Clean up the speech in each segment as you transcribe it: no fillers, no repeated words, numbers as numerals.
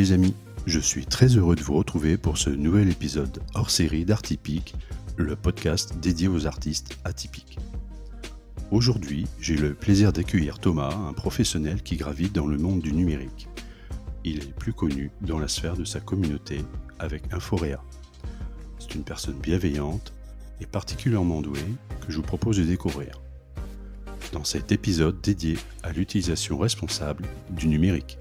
les amis, je suis très heureux de vous retrouver pour ce nouvel épisode hors série d'Artypique, le podcast dédié aux artistes atypiques. Aujourd'hui, j'ai le plaisir d'accueillir Thomas, un professionnel qui gravite dans le monde du numérique. Il est plus connu dans la sphère de sa communauté avec Inforéa. C'est une personne bienveillante et particulièrement douée que je vous propose de découvrir dans cet épisode dédié à l'utilisation responsable du numérique.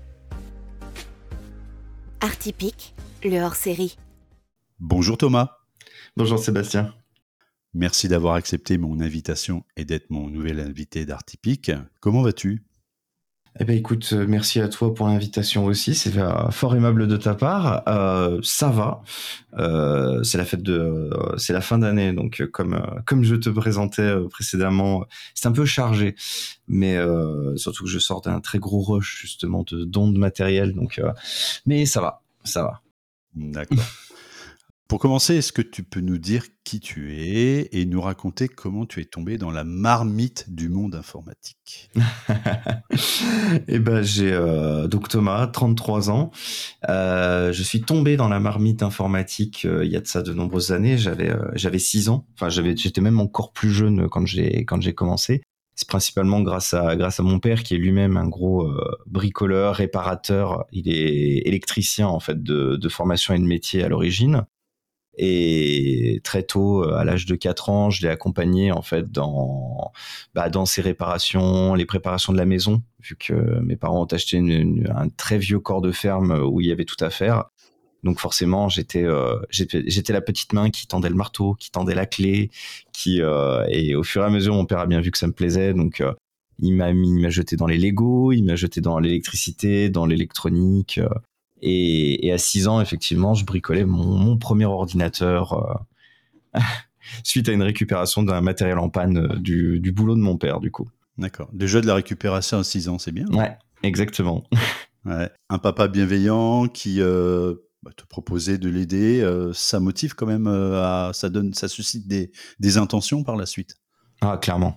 Artypique, le hors-série. Bonjour Thomas. Bonjour Sébastien. Merci d'avoir accepté mon invitation et d'être mon nouvel invité d'Artypique. Comment vas-tu ? Eh ben écoute, merci à toi pour l'invitation aussi, c'est fort aimable de ta part. Ça va, c'est la fin d'année, donc comme je te présentais précédemment, c'est un peu chargé, mais surtout que je sors d'un très gros rush justement de dons de matériel, donc mais ça va. D'accord. Pour commencer, est-ce que tu peux nous dire qui tu es et nous raconter comment tu es tombé dans la marmite du monde informatique ? Eh ben j'ai donc Thomas, 33 ans. Je suis tombé dans la marmite informatique il y a de ça de nombreuses années. J'avais 6 ans. Enfin, j'étais même encore plus jeune quand j'ai commencé. C'est principalement grâce à mon père qui est lui-même un gros bricoleur, réparateur. Il est électricien en fait de formation et de métier à l'origine. Et très tôt, à l'âge de 4 ans, je l'ai accompagné en fait dans ses réparations, les préparations de la maison, vu que mes parents ont acheté un très vieux corps de ferme où il y avait tout à faire. Donc forcément, j'étais la petite main qui tendait le marteau, qui tendait la clé, et au fur et à mesure, mon père a bien vu que ça me plaisait, donc il m'a jeté dans les Lego, il m'a jeté dans l'électricité, dans l'électronique. Et à 6 ans, effectivement, je bricolais mon premier ordinateur suite à une récupération d'un matériel en panne du boulot de mon père, du coup. D'accord. Déjà de la récupération à 6 ans, c'est bien. Ouais, exactement. Ouais. Un papa bienveillant qui te proposait de l'aider, ça motive quand même, ça suscite des intentions par la suite. Ah, clairement.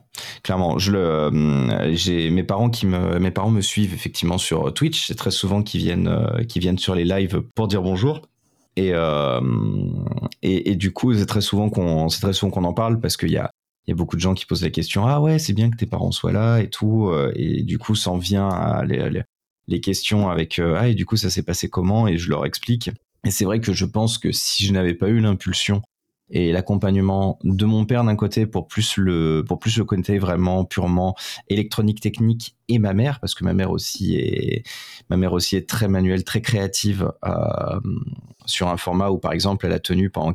J'ai mes parents me suivent effectivement sur Twitch. C'est très souvent qu'ils viennent sur les lives pour dire bonjour. Et du coup, c'est très souvent qu'on en parle parce qu'il y a beaucoup de gens qui posent la question. Ah ouais, c'est bien que tes parents soient là et tout. Et du coup, s'en vient à les questions avec et du coup, ça s'est passé comment ? Et je leur explique. Et c'est vrai que je pense que si je n'avais pas eu l'impulsion et l'accompagnement de mon père d'un côté pour plus le côté vraiment purement électronique technique, et ma mère, parce que ma mère aussi est très manuelle, très créative, sur un format où par exemple elle a tenu pendant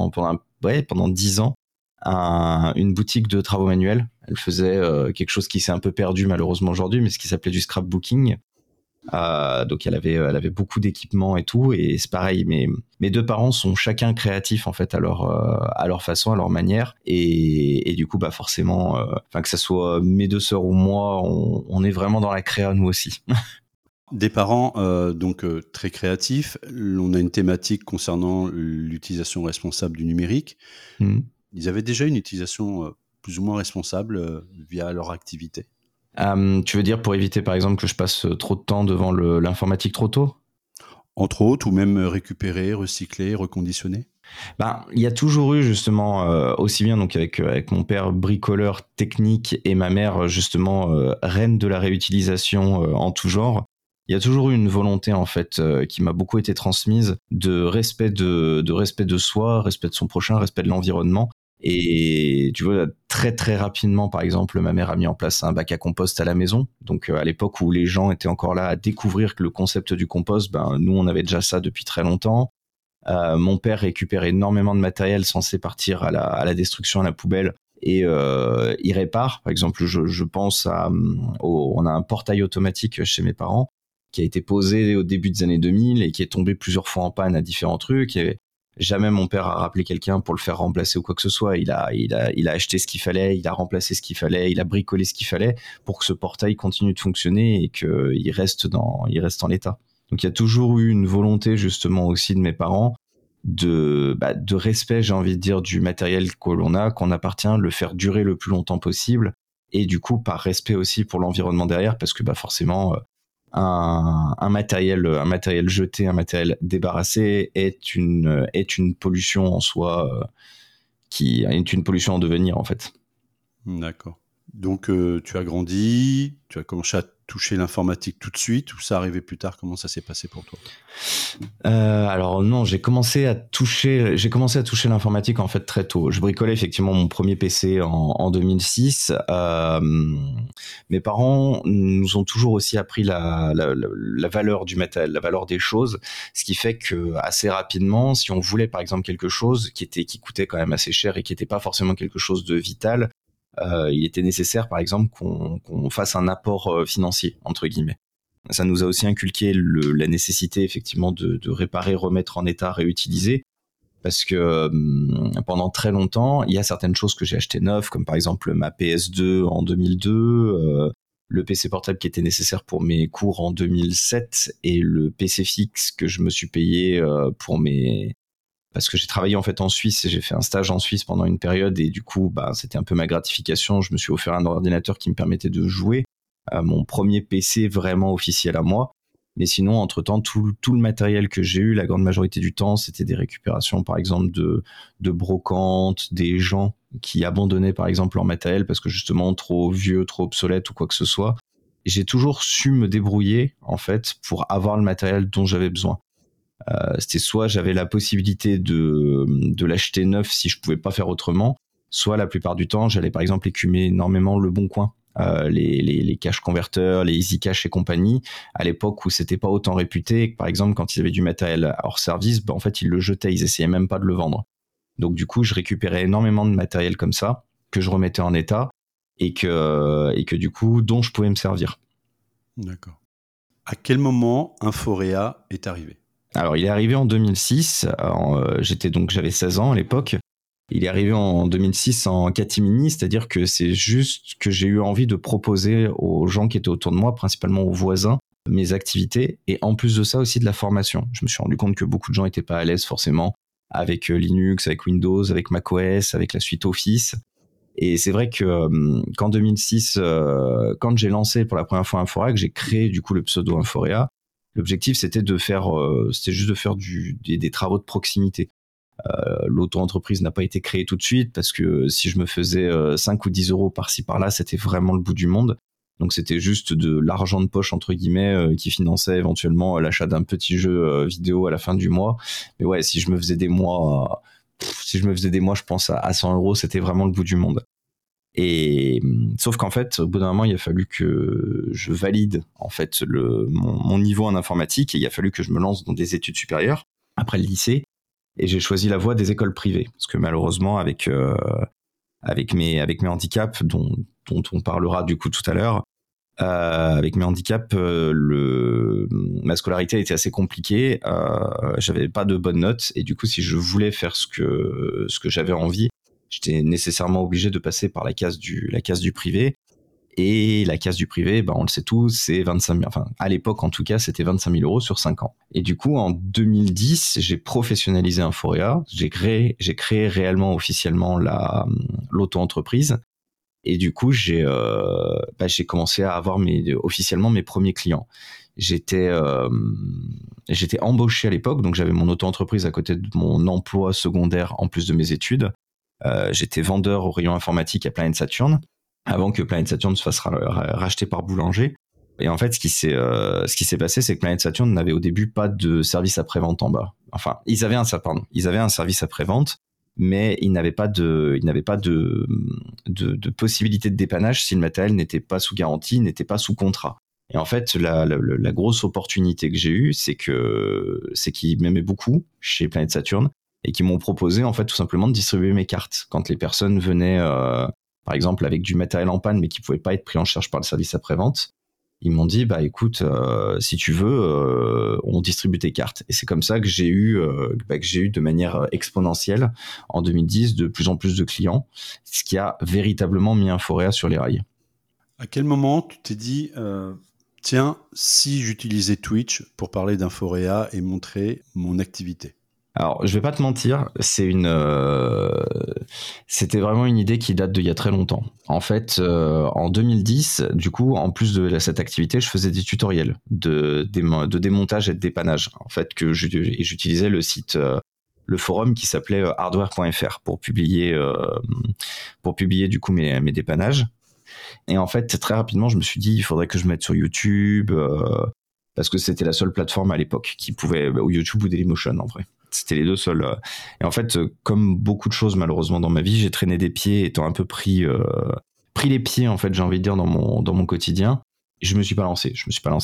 10 ans une boutique de travaux manuels. Elle faisait quelque chose qui s'est un peu perdu malheureusement aujourd'hui, mais ce qui s'appelait du scrapbooking. Donc elle avait beaucoup d'équipements et tout, et c'est pareil, mes deux parents sont chacun créatifs en fait à leur façon, à leur manière, et du coup forcément, que ça soit mes deux sœurs ou moi, on est vraiment dans la créa nous aussi. Des parents très créatifs. On a une thématique concernant l'utilisation responsable du numérique. Ils avaient déjà une utilisation plus ou moins responsable via leur activité. Tu veux dire pour éviter par exemple que je passe trop de temps devant l'informatique trop tôt ? Entre autres, ou même récupérer, recycler, reconditionner ? Il y a toujours eu justement, aussi bien donc avec mon père bricoleur technique et ma mère justement reine de la réutilisation en tout genre. Il y a toujours eu une volonté en fait qui m'a beaucoup été transmise de respect de soi, respect de son prochain, respect de l'environnement. Et tu vois, très très rapidement, par exemple, ma mère a mis en place un bac à compost à la maison. Donc à l'époque où les gens étaient encore là à découvrir le concept du compost, nous on avait déjà ça depuis très longtemps. Mon père récupère énormément de matériel censé partir à la destruction, à la poubelle, et il répare. Par exemple, je pense on a un portail automatique chez mes parents qui a été posé au début des années 2000 et qui est tombé plusieurs fois en panne à différents trucs. Et jamais mon père a rappelé quelqu'un pour le faire remplacer ou quoi que ce soit. Il a acheté ce qu'il fallait, il a remplacé ce qu'il fallait, il a bricolé ce qu'il fallait pour que ce portail continue de fonctionner et qu'il reste en l'état. Donc il y a toujours eu une volonté justement aussi de mes parents de respect, j'ai envie de dire, du matériel qu'on appartient, le faire durer le plus longtemps possible, et du coup par respect aussi pour l'environnement derrière, parce que forcément un matériel jeté, un matériel débarrassé est une pollution en soi, qui est une pollution en devenir en fait. D'accord. Donc, tu as grandi, tu as commencé à toucher l'informatique tout de suite, ou ça arrivait plus tard? Comment ça s'est passé pour toi? Alors non, j'ai commencé à toucher l'informatique en fait très tôt. Je bricolais effectivement mon premier PC en 2006. Mes parents nous ont toujours aussi appris la valeur du matériel, la valeur des choses, ce qui fait que assez rapidement, si on voulait par exemple quelque chose qui coûtait quand même assez cher et qui n'était pas forcément quelque chose de vital, il était nécessaire par exemple qu'on fasse un apport financier entre guillemets. Ça nous a aussi inculqué la nécessité effectivement de réparer, remettre en état, réutiliser. Parce que pendant très longtemps, il y a certaines choses que j'ai achetées neuves, comme par exemple ma PS2 en 2002, le PC portable qui était nécessaire pour mes cours en 2007 et le PC fixe que je me suis payé parce que j'ai travaillé en fait en Suisse et j'ai fait un stage en Suisse pendant une période et du coup c'était un peu ma gratification. Je me suis offert un ordinateur qui me permettait de jouer. Mon premier PC vraiment officiel à moi. Mais sinon, entre-temps, tout le matériel que j'ai eu, la grande majorité du temps, c'était des récupérations, par exemple, de brocantes, des gens qui abandonnaient, par exemple, leur matériel parce que justement, trop vieux, trop obsolète ou quoi que ce soit. J'ai toujours su me débrouiller, en fait, pour avoir le matériel dont j'avais besoin. C'était soit j'avais la possibilité de l'acheter neuf si je pouvais pas faire autrement, soit la plupart du temps, j'allais par exemple écumer énormément le Bon Coin. Les cash converteurs, les Easy Cash et compagnie, à l'époque où c'était pas autant réputé, et que, par exemple, quand ils avaient du matériel hors service, en fait, ils le jetaient, ils essayaient même pas de le vendre. Donc, du coup, je récupérais énormément de matériel comme ça, que je remettais en état, et que du coup, dont je pouvais me servir. D'accord. À quel moment Inforéa est arrivé? Alors, il est arrivé en 2006, j'avais 16 ans à l'époque. Il est arrivé en 2006 en catimini, c'est-à-dire que c'est juste que j'ai eu envie de proposer aux gens qui étaient autour de moi, principalement aux voisins, mes activités et en plus de ça aussi de la formation. Je me suis rendu compte que beaucoup de gens n'étaient pas à l'aise forcément avec Linux, avec Windows, avec macOS, avec la suite Office. Et c'est vrai que qu'en 2006, quand j'ai lancé pour la première fois Inforéa, que j'ai créé du coup le pseudo Inforéa, l'objectif c'était juste de faire des travaux de proximité. L'auto-entreprise n'a pas été créée tout de suite parce que si je me faisais 5 ou 10 euros par-ci par-là, c'était vraiment le bout du monde. Donc c'était juste de l'argent de poche entre guillemets qui finançait éventuellement l'achat d'un petit jeu vidéo à la fin du mois. Mais ouais, si je me faisais des mois, je pense à 100 euros, c'était vraiment le bout du monde. Et sauf qu'en fait, au bout d'un moment, il a fallu que je valide en fait mon niveau en informatique et il a fallu que je me lance dans des études supérieures après le lycée. Et j'ai choisi la voie des écoles privées parce que malheureusement avec mes handicaps dont on parlera du coup tout à l'heure, avec mes handicaps, ma scolarité a été assez compliquée. J'avais pas de bonnes notes et du coup si je voulais faire ce que j'avais envie, j'étais nécessairement obligé de passer par la case du privé. Et la case du privé, on le sait tous, c'est 25 000, enfin, à l'époque, en tout cas, c'était 25 000 euros sur 5 ans. Et du coup, en 2010, j'ai professionnalisé Inforéa. J'ai créé réellement, officiellement l'auto-entreprise. Et du coup, j'ai commencé à avoir officiellement mes premiers clients. J'étais embauché à l'époque, donc j'avais mon auto-entreprise à côté de mon emploi secondaire en plus de mes études. J'étais vendeur au rayon informatique à Planet Saturn, avant que Planet Saturn se fasse racheter par Boulanger. Et en fait, ce qui s'est passé, c'est que Planet Saturn n'avait au début pas de service après-vente en bas. Enfin, ils avaient un service après-vente, mais ils n'avaient pas de possibilité de dépannage si le matériel n'était pas sous garantie, n'était pas sous contrat. Et en fait, la grosse opportunité que j'ai eue, c'est qu'ils m'aimaient beaucoup chez Planet Saturn et qu'ils m'ont proposé en fait tout simplement de distribuer mes cartes quand les personnes venaient par exemple avec du matériel en panne mais qui pouvait pas être pris en charge par le service après-vente. Ils m'ont dit écoute, si tu veux, on distribue tes cartes. Et c'est comme ça que j'ai eu de manière exponentielle en 2010 de plus en plus de clients, ce qui a véritablement mis Inforéa sur les rails. À quel moment tu t'es dit tiens, si j'utilisais Twitch pour parler d'Inforéa et montrer mon activité? Alors, je vais pas te mentir, c'était vraiment une idée qui date d'il y a très longtemps. En fait, en 2010, du coup, en plus de cette activité, je faisais des tutoriels de démontage et de dépannage. En fait, et j'utilisais le site, le forum qui s'appelait hardware.fr pour publier du coup mes dépannages. Et en fait, très rapidement, je me suis dit, il faudrait que je mette sur YouTube, parce que c'était la seule plateforme à l'époque qui pouvait, ou YouTube ou Dailymotion en vrai. C'était les deux seuls. Et en fait, comme beaucoup de choses malheureusement dans ma vie, j'ai traîné des pieds, étant un peu pris les pieds en fait, j'ai envie de dire, dans mon quotidien. Et je me suis pas lancé.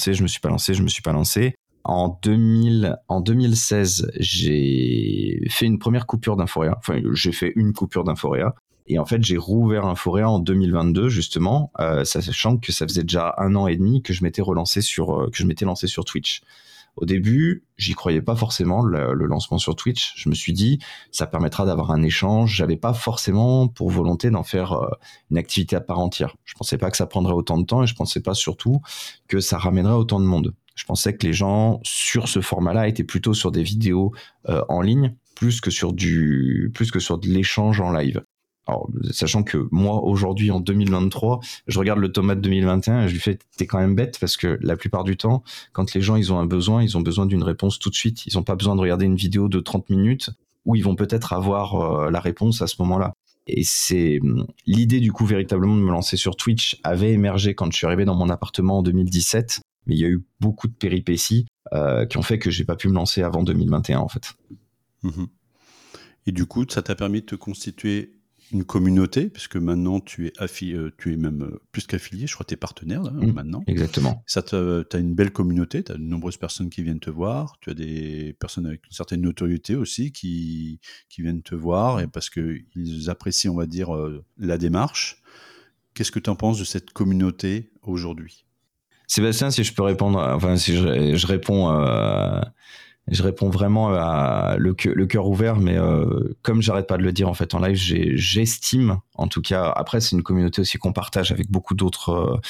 En 2016, j'ai fait une première coupure d'Inforéa. Enfin, j'ai fait une coupure d'Inforéa. Et en fait, j'ai rouvert Inforéa en 2022, justement, sachant que ça faisait déjà 1 an et demi que je m'étais lancé sur Twitch. Au début, j'y croyais pas forcément, le lancement sur Twitch. Je me suis dit, ça permettra d'avoir un échange. J'avais pas forcément pour volonté d'en faire une activité à part entière. Je pensais pas que ça prendrait autant de temps et je pensais pas surtout que ça ramènerait autant de monde. Je pensais que les gens sur ce format-là étaient plutôt sur des vidéos en ligne, plus que sur de l'échange en live. Alors, sachant que moi, aujourd'hui, en 2023, je regarde le Tomate 2021 et je lui fais, t'es quand même bête, parce que la plupart du temps, quand les gens ils ont besoin d'une réponse tout de suite. Ils n'ont pas besoin de regarder une vidéo de 30 minutes où ils vont peut-être avoir la réponse à ce moment-là. Et c'est l'idée, du coup, véritablement de me lancer sur Twitch avait émergé quand je suis arrivé dans mon appartement en 2017, mais il y a eu beaucoup de péripéties qui ont fait que j'ai pas pu me lancer avant 2021, en fait. Mmh. Et du coup, ça t'a permis de te constituer une communauté, puisque maintenant tu es même plus qu'affilié, je crois que tu es partenaire là, maintenant. Exactement. Tu as une belle communauté, tu as de nombreuses personnes qui viennent te voir, tu as des personnes avec une certaine notoriété aussi qui viennent te voir, et parce qu'ils apprécient, on va dire, la démarche. Qu'est-ce que tu en penses de cette communauté aujourd'hui ? Sébastien, si je peux répondre, enfin si je réponds... Je réponds vraiment à le cœur ouvert, mais comme j'arrête pas de le dire en fait en live, j'estime, en tout cas, après c'est une communauté aussi qu'on partage avec beaucoup d'autres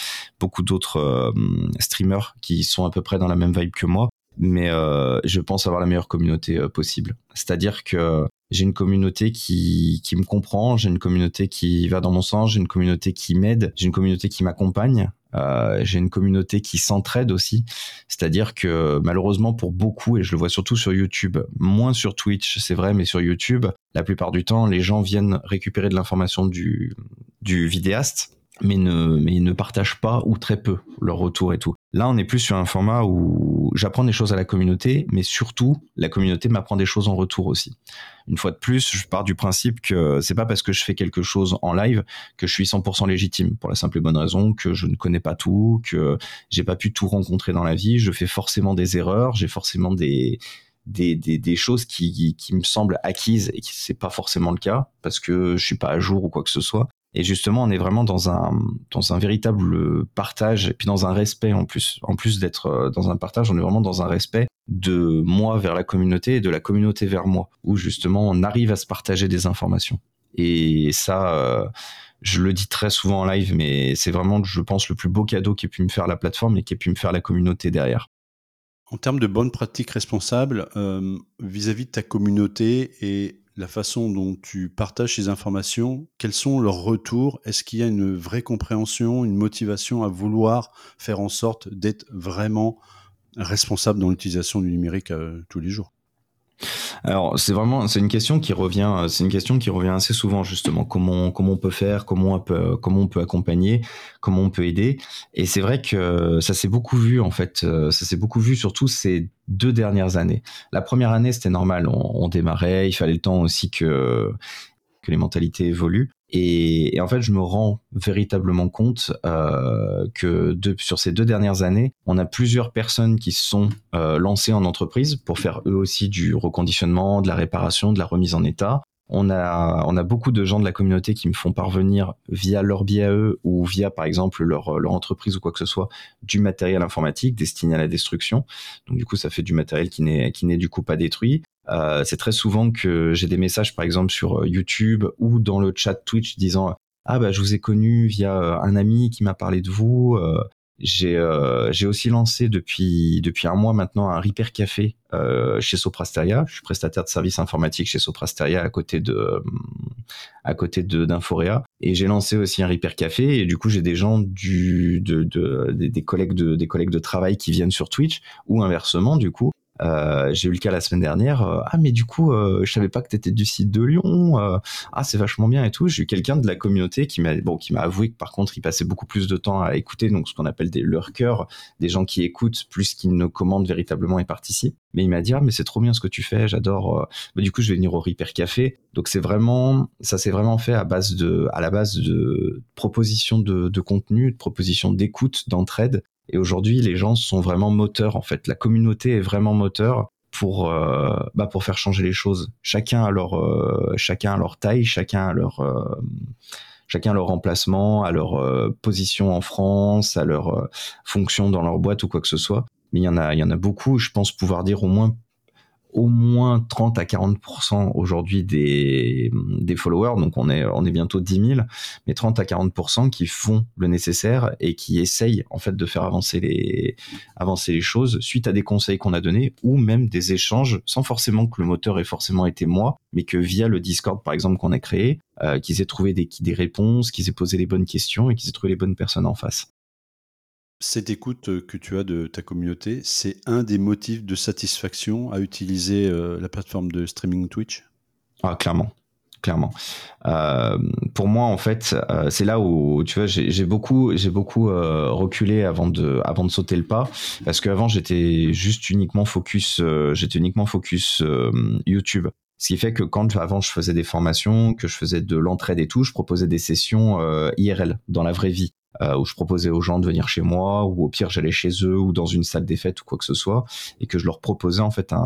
streamers qui sont à peu près dans la même vibe que moi, mais je pense avoir la meilleure communauté possible. C'est-à-dire que j'ai une communauté qui me comprend, j'ai une communauté qui va dans mon sens, j'ai une communauté qui m'aide, j'ai une communauté qui m'accompagne. J'ai une communauté qui s'entraide aussi, c'est-à-dire que malheureusement pour beaucoup, et je le vois surtout sur YouTube, moins sur Twitch c'est vrai, mais sur YouTube la plupart du temps les gens viennent récupérer de l'information du vidéaste, mais ne partagent pas ou très peu leur retour et tout. Là on est plus sur un format où j'apprends des choses à la communauté, mais surtout la communauté m'apprend des choses en retour aussi. Une fois de plus, je pars du principe que c'est pas parce que je fais quelque chose en live que je suis 100% légitime, pour la simple et bonne raison que je ne connais pas tout, que j'ai pas pu tout rencontrer dans la vie, je fais forcément des erreurs, j'ai forcément des choses qui me semblent acquises et qui c'est pas forcément le cas parce que je suis pas à jour ou quoi que ce soit. Et justement, on est vraiment dans un véritable partage et puis dans un respect en plus d'être dans un partage, on est vraiment dans un respect de moi vers la communauté et de la communauté vers moi, où justement on arrive à se partager des informations. Et ça, je le dis très souvent en live, mais c'est vraiment, je pense, le plus beau cadeau qu'ait pu me faire la plateforme et qu'ait pu me faire la communauté derrière. En termes de bonnes pratiques responsables, vis-à-vis de ta communauté et la façon dont tu partages ces informations, quels sont leurs retours ? Est-ce qu'il y a une vraie compréhension, une motivation à vouloir faire en sorte d'être vraiment responsable dans l'utilisation du numérique tous les jours ? Alors c'est une question qui revient assez souvent justement, comment on peut faire, comment on peut accompagner, comment on peut aider. Et c'est vrai que ça s'est beaucoup vu en fait, ça s'est beaucoup vu surtout ces 2 dernières années. La première année c'était normal, on démarrait, il fallait le temps aussi que les mentalités évoluent. Et en fait, je me rends véritablement compte que sur ces 2 dernières années, on a plusieurs personnes qui se sont lancées en entreprise pour faire eux aussi du reconditionnement, de la réparation, de la remise en état. On a beaucoup de gens de la communauté qui me font parvenir via leur biais à eux ou via par exemple leur entreprise ou quoi que ce soit du matériel informatique destiné à la destruction. Donc du coup, ça fait du matériel qui n'est du coup pas détruit. C'est très souvent que j'ai des messages par exemple sur YouTube ou dans le chat Twitch disant ah bah je vous ai connu via un ami qui m'a parlé de vous, J'ai aussi lancé depuis un mois maintenant un Repair Café chez Soprasteria. Je suis prestataire de services informatiques chez Soprasteria à côté d'Inforea, et j'ai lancé aussi un Repair Café, et du coup j'ai des gens des collègues de travail qui viennent sur Twitch, ou inversement du coup. J'ai eu le cas la semaine dernière. Mais du coup, je savais pas que t'étais du site de Lyon. C'est vachement bien et tout. J'ai eu quelqu'un de la communauté qui m'a avoué que par contre, il passait beaucoup plus de temps à écouter, donc ce qu'on appelle des lurkers, des gens qui écoutent plus qu'ils ne commandent véritablement et participent. Mais il m'a dit mais c'est trop bien ce que tu fais, j'adore. Du coup, je vais venir au Repair Café. Donc ça s'est vraiment fait à la base de propositions de contenu, de propositions d'écoute, d'entraide. Et aujourd'hui, les gens sont vraiment moteurs, en fait. La communauté est vraiment moteur pour faire changer les choses. Chacun à leur taille, chacun à leur emplacement, à leur position en France, à leur fonction dans leur boîte ou quoi que ce soit. Mais il y en a beaucoup. Je pense pouvoir dire au moins 30 à 40% aujourd'hui des followers, donc on est bientôt 10 000, mais 30 à 40% qui font le nécessaire et qui essayent en fait de faire avancer les choses suite à des conseils qu'on a donnés, ou même des échanges, sans forcément que le moteur ait forcément été moi, mais que via le Discord par exemple qu'on a créé, qu'ils aient trouvé des réponses, qu'ils aient posé les bonnes questions et qu'ils aient trouvé les bonnes personnes en face. Cette écoute que tu as de ta communauté, c'est un des motifs de satisfaction à utiliser la plateforme de streaming Twitch? Clairement. Pour moi, en fait, c'est là où, tu vois, j'ai beaucoup reculé avant de sauter le pas, parce qu'avant j'étais uniquement focus YouTube. Ce qui fait que avant je faisais des formations, que je faisais de l'entraide et tout, je proposais des sessions IRL dans la vraie vie. Où je proposais aux gens de venir chez moi, ou au pire j'allais chez eux ou dans une salle des fêtes ou quoi que ce soit, et que je leur proposais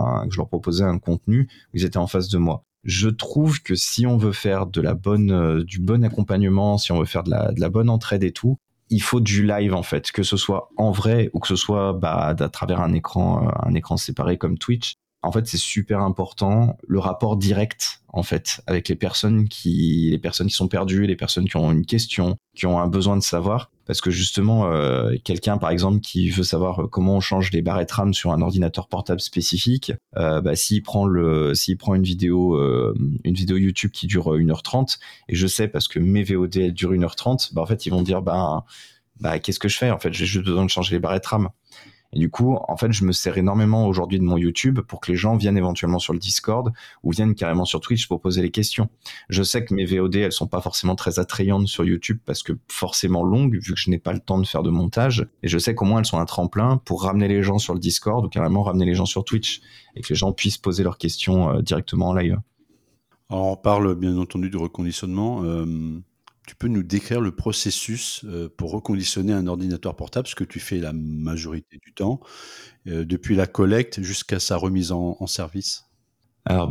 un contenu où ils étaient en face de moi. Je trouve que si on veut faire du bon accompagnement, si on veut faire de la bonne entraide et tout, il faut du live en fait, que ce soit en vrai ou que ce soit à travers un écran séparé comme Twitch. En fait, c'est super important le rapport direct en fait avec les personnes qui sont perdues, les personnes qui ont une question, qui ont un besoin de savoir, parce que justement quelqu'un par exemple qui veut savoir comment on change les barrettes RAM sur un ordinateur portable spécifique, s'il prend une vidéo YouTube qui dure 1h30, et je sais parce que mes VOD elles durent 1h30, en fait ils vont dire qu'est-ce que je fais en fait, j'ai juste besoin de changer les barrettes RAM. Et du coup, en fait, je me sers énormément aujourd'hui de mon YouTube pour que les gens viennent éventuellement sur le Discord ou viennent carrément sur Twitch pour poser les questions. Je sais que mes VOD, elles sont pas forcément très attrayantes sur YouTube parce que forcément longues, vu que je n'ai pas le temps de faire de montage. Et je sais qu'au moins elles sont un tremplin pour ramener les gens sur le Discord ou carrément ramener les gens sur Twitch et que les gens puissent poser leurs questions directement en live. Alors, on parle bien entendu du reconditionnement. Tu peux nous décrire le processus pour reconditionner un ordinateur portable, ce que tu fais la majorité du temps, depuis la collecte jusqu'à sa remise en service? Alors,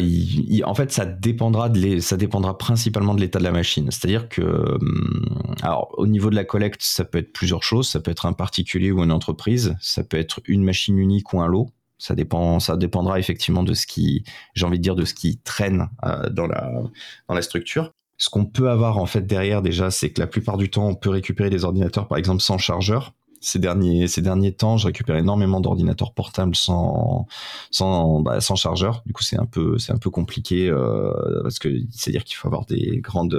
en fait, ça dépendra principalement de l'état de la machine. C'est-à-dire que, au niveau de la collecte, ça peut être plusieurs choses. Ça peut être un particulier ou une entreprise. Ça peut être une machine unique ou un lot. Ça dépendra effectivement de ce qui traîne dans la structure. Ce qu'on peut avoir en fait derrière déjà, c'est que la plupart du temps, on peut récupérer des ordinateurs, par exemple, sans chargeur. Ces derniers temps, je récupère énormément d'ordinateurs portables sans chargeur. Du coup, c'est un peu compliqué parce que c'est-à-dire qu'il faut avoir des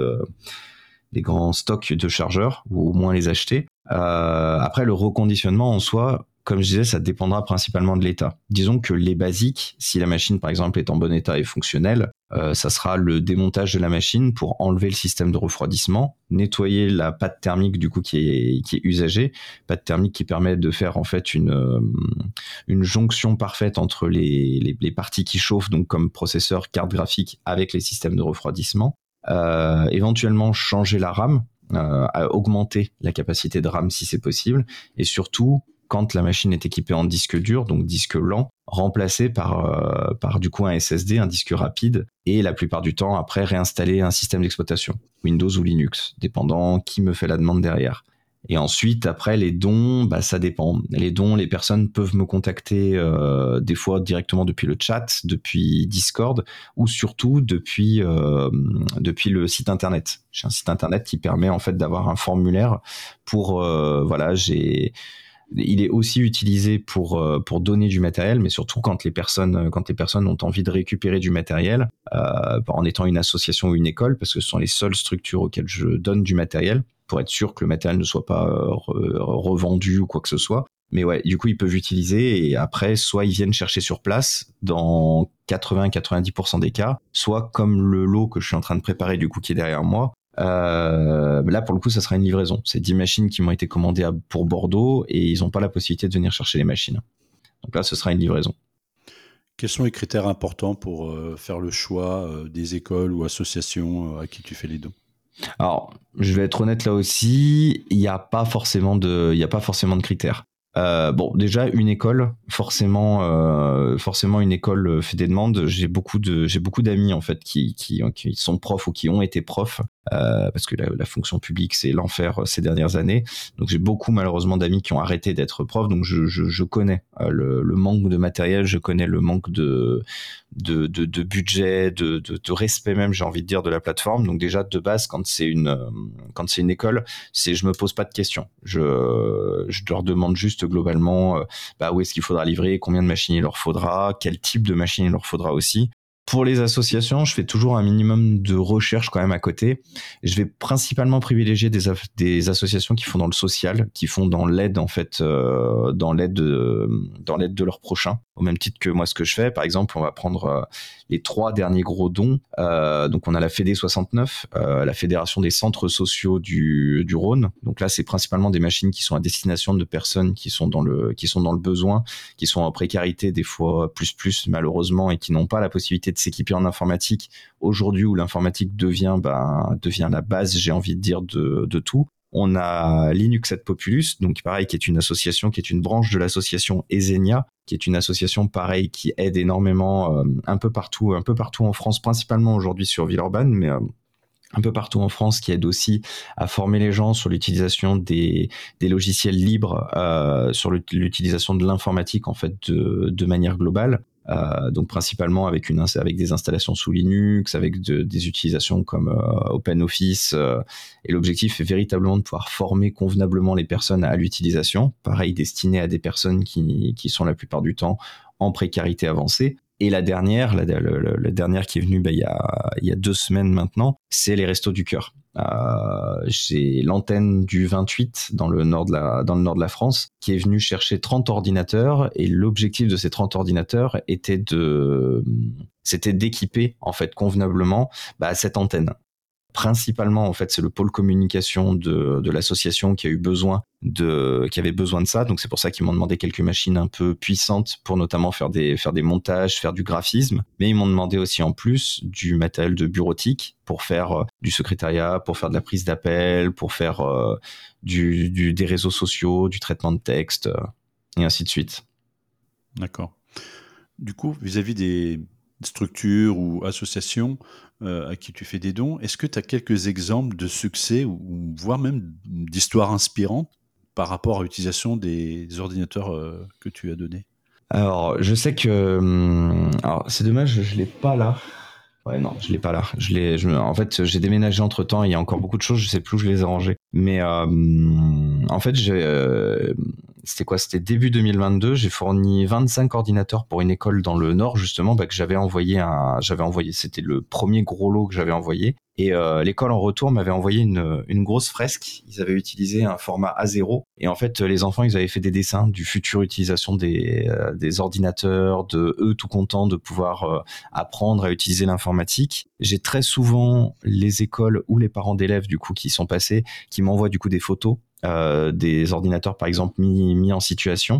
grands stocks de chargeurs ou au moins les acheter. Après, le reconditionnement en soi, comme je disais, ça dépendra principalement de l'état. Disons que les basiques, si la machine par exemple est en bon état et fonctionnelle, ça sera le démontage de la machine pour enlever le système de refroidissement, nettoyer la pâte thermique du coup qui est usagée, pâte thermique qui permet de faire en fait une jonction parfaite entre les parties qui chauffent, donc comme processeur, carte graphique, avec les systèmes de refroidissement. Éventuellement changer la RAM, augmenter la capacité de RAM si c'est possible, et surtout quand la machine est équipée en disque dur, donc disque lent, remplacé par du coup un SSD, un disque rapide, et la plupart du temps après réinstaller un système d'exploitation, Windows ou Linux, dépendant qui me fait la demande derrière. Et ensuite, après, les dons, ça dépend. Les dons, les personnes peuvent me contacter des fois directement depuis le chat, depuis Discord, ou surtout depuis le site internet. J'ai un site internet qui permet en fait d'avoir un formulaire pour il est aussi utilisé pour donner du matériel, mais surtout quand les personnes ont envie de récupérer du matériel, en étant une association ou une école, parce que ce sont les seules structures auxquelles je donne du matériel, pour être sûr que le matériel ne soit pas revendu ou quoi que ce soit. Mais ouais, du coup, ils peuvent utiliser et après, soit ils viennent chercher sur place dans 80-90% des cas, soit comme le lot que je suis en train de préparer, du coup, qui est derrière moi. Là, pour le coup, ça sera une livraison. C'est 10 machines qui m'ont été commandées pour Bordeaux et ils n'ont pas la possibilité de venir chercher les machines. Donc là, ce sera une livraison. Quels sont les critères importants pour faire le choix des écoles ou associations à qui tu fais les dons? Alors, je vais être honnête là aussi, il n'y a pas forcément de critères. Déjà une école, forcément une école fait des demandes. J'ai beaucoup d'amis en fait qui sont profs ou qui ont été profs. Parce que la fonction publique c'est l'enfer ces dernières années, donc j'ai beaucoup malheureusement d'amis qui ont arrêté d'être profs, donc je connais le manque de matériel, je connais le manque de budget, de respect même, j'ai envie de dire, de la plateforme. Donc déjà de base quand c'est une école, je me pose pas de questions, je leur demande juste globalement où est-ce qu'il faudra livrer, combien de machines il leur faudra, quel type de machine il leur faudra aussi. Pour les associations, je fais toujours un minimum de recherche quand même à côté. Je vais principalement privilégier des associations qui font dans le social, qui font dans l'aide en fait, dans l'aide de leurs prochains. Au même titre que moi, ce que je fais, par exemple, on va prendre les 3 derniers gros dons. Donc on a la Fédé 69, la Fédération des centres sociaux du Rhône. Donc là, c'est principalement des machines qui sont à destination de personnes qui sont dans le besoin, qui sont en précarité des fois plus malheureusement et qui n'ont pas la possibilité de s'équiper en informatique aujourd'hui où l'informatique devient la base, j'ai envie de dire, de tout. On a Linux et Populus, donc pareil, qui est une association, qui est une branche de l'association Ezenia, qui est une association pareil qui aide énormément un peu partout en France, principalement aujourd'hui sur Villeurbanne, mais un peu partout en France, qui aide aussi à former les gens sur l'utilisation des logiciels libres, sur l'utilisation de l'informatique en fait de manière globale. Donc principalement avec des installations sous Linux, avec des utilisations comme OpenOffice, et l'objectif est véritablement de pouvoir former convenablement les personnes à l'utilisation, pareil destiné à des personnes qui sont la plupart du temps en précarité avancée. Et la dernière qui est venue il y a 2 semaines maintenant, c'est les Restos du Cœur. J'ai l'antenne du 28 dans le nord de la France qui est venue chercher 30 ordinateurs et l'objectif de ces 30 ordinateurs était d'équiper en fait convenablement cette antenne. Principalement en fait c'est le pôle communication de l'association qui avait besoin de ça, donc c'est pour ça qu'ils m'ont demandé quelques machines un peu puissantes pour notamment faire des montages, faire du graphisme, mais ils m'ont demandé aussi en plus du matériel de bureautique pour faire du secrétariat, pour faire de la prise d'appel, pour faire des réseaux sociaux, du traitement de texte et ainsi de suite. D'accord. Du coup, vis-à-vis des structures ou associations à qui tu fais des dons, est-ce que tu as quelques exemples de succès ou voire même d'histoires inspirantes par rapport à l'utilisation des ordinateurs que tu as donnés? Alors, je sais que... alors, c'est dommage, je l'ai pas là. Ouais, non, je l'ai pas là. En fait, j'ai déménagé entre-temps, il y a encore beaucoup de choses, je sais plus où je les ai rangées. Mais en fait, c'était début 2022, j'ai fourni 25 ordinateurs pour une école dans le Nord, justement, que j'avais envoyé, c'était le premier gros lot que j'avais envoyé. Et l'école en retour m'avait envoyé une grosse fresque. Ils avaient utilisé un format A0. Et en fait, les enfants, ils avaient fait des dessins du futur utilisation des ordinateurs, de eux tout contents de pouvoir apprendre à utiliser l'informatique. J'ai très souvent les écoles ou les parents d'élèves du coup qui sont passés, qui m'envoient du coup des photos des ordinateurs par exemple mis en situation.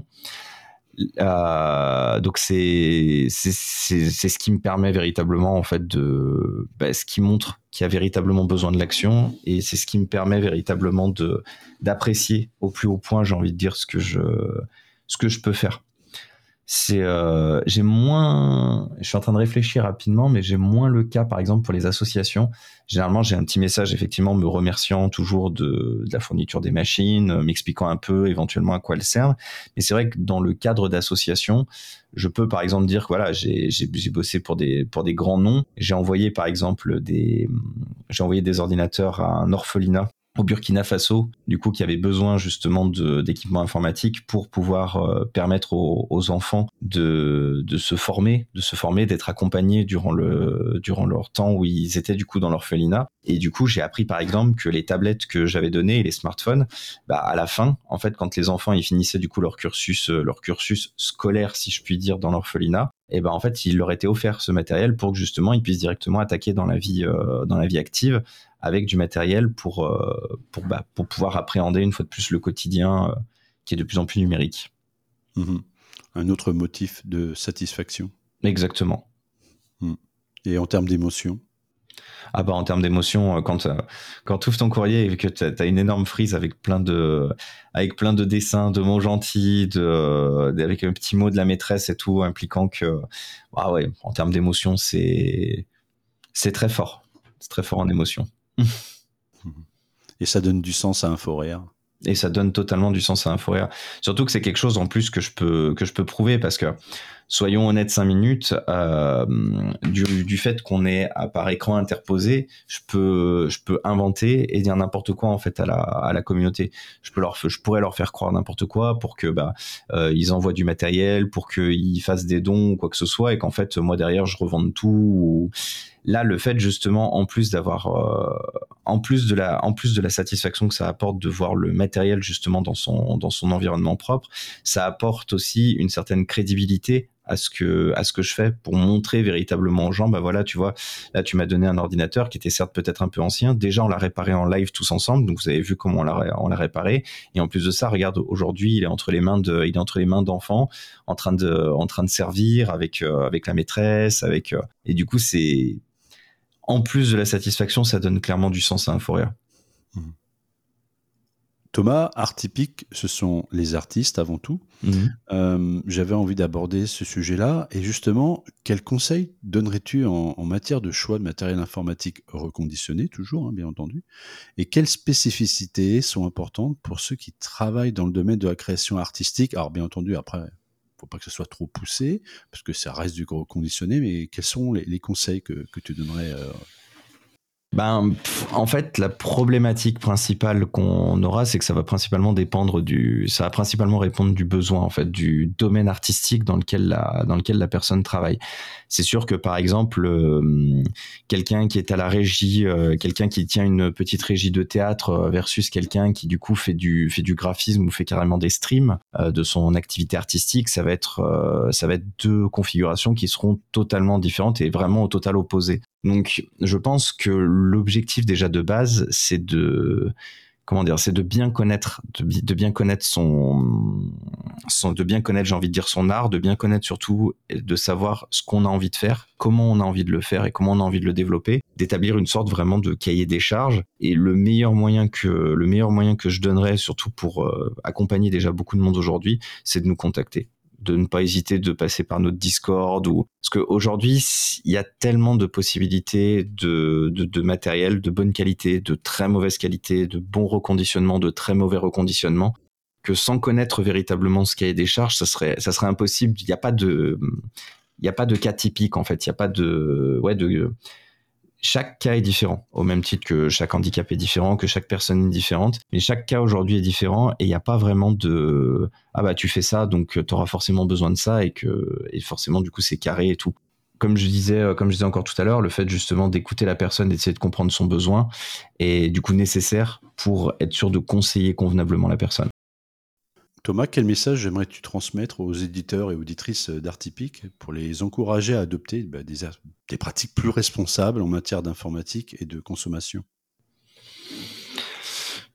Donc c'est ce qui me permet véritablement en fait ce qui montre qu'il y a véritablement besoin de l'action, et c'est ce qui me permet véritablement d'apprécier au plus haut point, j'ai envie de dire, ce que je peux faire. j'ai moins, je suis en train de réfléchir rapidement, mais j'ai moins le cas, par exemple, pour les associations. Généralement, j'ai un petit message, effectivement, me remerciant toujours de la fourniture des machines, m'expliquant un peu éventuellement à quoi elles servent. Mais c'est vrai que dans le cadre d'associations, je peux, par exemple, dire que voilà, j'ai bossé pour des grands noms. J'ai envoyé, par exemple, j'ai envoyé des ordinateurs à un orphelinat au Burkina Faso, du coup, qui avait besoin justement d'équipements informatiques pour pouvoir permettre aux enfants de se former, d'être accompagnés durant leur temps où ils étaient du coup dans l'orphelinat. Et du coup, j'ai appris par exemple que les tablettes que j'avais données et les smartphones, à la fin, en fait, quand les enfants ils finissaient du coup leur cursus scolaire, si je puis dire, dans l'orphelinat, et en fait, il leur était offert ce matériel pour que justement ils puissent directement attaquer dans la vie active avec du matériel pour pouvoir appréhender une fois de plus le quotidien qui est de plus en plus numérique. Mmh. Un autre motif de satisfaction. Exactement. Et en termes d'émotion? En termes d'émotion, quand tu ouvres ton courrier et que tu as une énorme frise avec plein de dessins, de mots gentils, avec un petit mot de la maîtresse et tout, impliquant que, en termes d'émotion, c'est très fort. C'est très fort en émotion. Et ça donne du sens à InfoRare. Et ça donne totalement du sens à InfoRare. Surtout que c'est quelque chose en plus que je peux prouver, parce que, soyons honnêtes 5 minutes, du fait qu'on est par écran interposé, je peux inventer et dire n'importe quoi en fait à la communauté. Je pourrais leur faire croire n'importe quoi pour que ils envoient du matériel, pour qu'ils fassent des dons ou quoi que ce soit, et qu'en fait moi derrière je revende tout. Là, le fait justement, en plus de la satisfaction que ça apporte de voir le matériel justement dans son environnement propre, ça apporte aussi une certaine crédibilité à ce que je fais, pour montrer véritablement aux gens, voilà, tu vois, là tu m'as donné un ordinateur qui était certes peut-être un peu ancien, déjà on l'a réparé en live tous ensemble, donc vous avez vu comment on l'a réparé, et en plus de ça, regarde, aujourd'hui il est entre les mains d'enfants, en train de servir avec la maîtresse, et du coup c'est, en plus de la satisfaction, ça donne clairement du sens à InfoRare. Thomas, Artypique, ce sont les artistes avant tout. J'avais envie d'aborder ce sujet-là. Et justement, quels conseils donnerais-tu en matière de choix de matériel informatique reconditionné, toujours, bien entendu, et quelles spécificités sont importantes pour ceux qui travaillent dans le domaine de la création artistique? Alors, bien entendu, après, il ne faut pas que ce soit trop poussé, parce que ça reste du reconditionné, mais quels sont les conseils que tu donnerais en fait, la problématique principale qu'on aura, c'est que ça va principalement répondre du besoin, en fait, du domaine artistique dans lequel la personne travaille. C'est sûr que, par exemple, quelqu'un qui est à la régie, quelqu'un qui tient une petite régie de théâtre versus quelqu'un qui, du coup, fait du graphisme ou fait carrément des streams de son activité artistique, ça va être deux configurations qui seront totalement différentes et vraiment au total opposées. Donc, je pense que l'objectif déjà de base, c'est de bien connaître, de bien connaître j'ai envie de dire son art, de bien connaître surtout, de savoir ce qu'on a envie de faire, comment on a envie de le faire et comment on a envie de le développer, d'établir une sorte vraiment de cahier des charges. Et le meilleur moyen que je donnerais, surtout pour accompagner déjà beaucoup de monde aujourd'hui, c'est de nous contacter, de ne pas hésiter de passer par notre Discord, parce qu'aujourd'hui il y a tellement de possibilités de matériel de bonne qualité, de très mauvaise qualité, de bon reconditionnement, de très mauvais reconditionnement, que sans connaître véritablement ce cahier des charges, ça serait impossible. Il n'y a pas de cas typique, en fait. Il n'y a pas chaque cas est différent, au même titre que chaque handicap est différent, que chaque personne est différente. Mais chaque cas aujourd'hui est différent, et il n'y a pas vraiment de tu fais ça, donc tu auras forcément besoin de ça, et forcément du coup c'est carré et tout. Comme je disais encore tout à l'heure, le fait justement d'écouter la personne, d'essayer de comprendre son besoin, est du coup nécessaire pour être sûr de conseiller convenablement la personne. Thomas, quel message aimerais-tu transmettre aux éditeurs et auditrices d'Artypique pour les encourager à adopter des pratiques plus responsables en matière d'informatique et de consommation?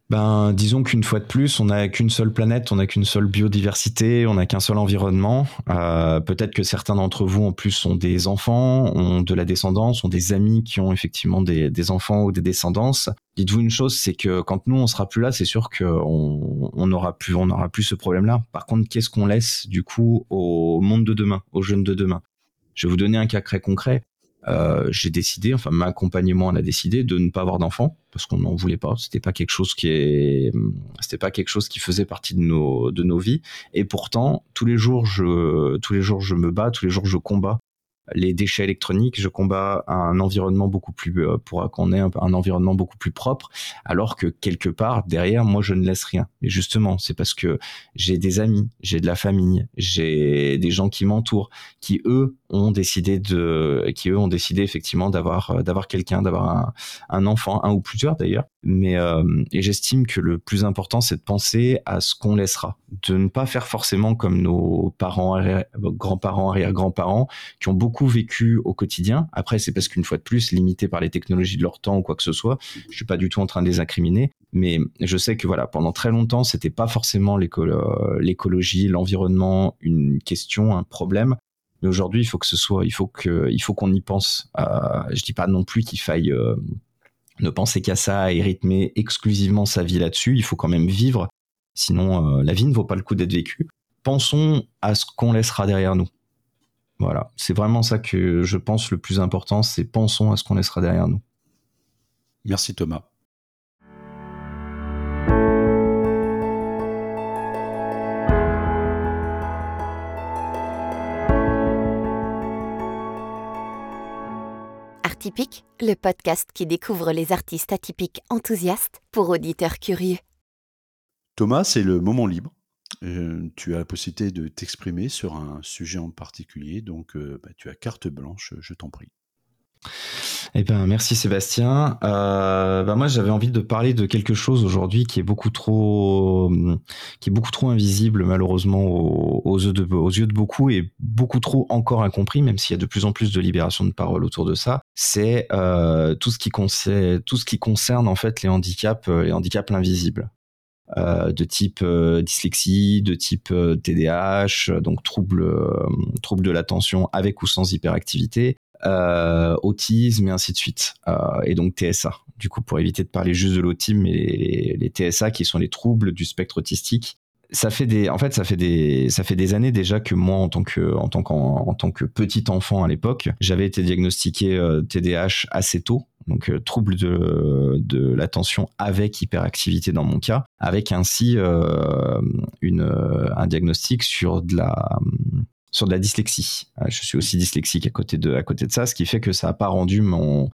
Ben, disons qu'une fois de plus, on n'a qu'une seule planète, on n'a qu'une seule biodiversité, on n'a qu'un seul environnement. Peut-être que certains d'entre vous, en plus, ont des enfants, ont de la descendance, ont des amis qui ont effectivement des enfants ou des descendances. Dites-vous une chose, c'est que quand nous, on sera plus là, c'est sûr qu'on n'aura plus ce problème-là. Par contre, qu'est-ce qu'on laisse, du coup, au monde de demain, aux jeunes de demain? Je vais vous donner un cas très concret. J'ai décidé, enfin ma compagne et moi on a décidé de ne pas avoir d'enfants parce qu'on n'en voulait pas. C'était pas quelque chose qui faisait partie de nos vies. Et pourtant tous les jours je me bats, tous les jours je combats les déchets électroniques, je combats un environnement beaucoup plus pour qu'on ait un environnement beaucoup plus propre, alors que quelque part derrière moi je ne laisse rien. Et justement, c'est parce que j'ai des amis, j'ai de la famille, j'ai des gens qui m'entourent, qui eux ont décidé effectivement d'avoir quelqu'un, d'avoir un enfant, un ou plusieurs d'ailleurs. Mais et j'estime que le plus important c'est de penser à ce qu'on laissera, de ne pas faire forcément comme nos parents, grands-parents, arrière-grands-parents qui ont beaucoup vécu au quotidien. Après, c'est parce qu'une fois de plus, limités par les technologies de leur temps ou quoi que ce soit, je suis pas du tout en train de les incriminer, mais je sais que voilà, pendant très longtemps, c'était pas forcément l'écologie, l'environnement, une question, un problème. Mais aujourd'hui, il faut qu'on y pense. Je dis pas non plus qu'il faille ne penser qu'à ça et rythmer exclusivement sa vie là-dessus. Il faut quand même vivre. Sinon, la vie ne vaut pas le coup d'être vécue. Pensons à ce qu'on laissera derrière nous. Voilà, c'est vraiment ça que je pense le plus important, c'est pensons à ce qu'on laissera derrière nous. Merci Thomas. Artypique, le podcast qui découvre les artistes atypiques enthousiastes pour auditeurs curieux. Thomas, c'est le moment libre. Tu as la possibilité de t'exprimer sur un sujet en particulier, donc tu as carte blanche, je t'en prie. Eh ben, merci Sébastien. Moi, j'avais envie de parler de quelque chose aujourd'hui qui est beaucoup trop invisible malheureusement aux yeux de beaucoup et beaucoup trop encore incompris, même s'il y a de plus en plus de libération de parole autour de ça. C'est tout ce qui concerne en fait les handicaps invisibles. De type dyslexie, de type TDAH, donc trouble de l'attention avec ou sans hyperactivité, autisme et ainsi de suite, et donc TSA. Du coup, pour éviter de parler juste de l'autisme, mais les TSA qui sont les troubles du spectre autistique. Ça fait des années déjà que moi, en tant que petit enfant à l'époque, j'avais été diagnostiqué TDAH assez tôt, donc trouble de l'attention avec hyperactivité dans mon cas, avec ainsi un diagnostic sur de la dyslexie. Je suis aussi dyslexique à côté de ça, ce qui fait que ça a pas rendu mon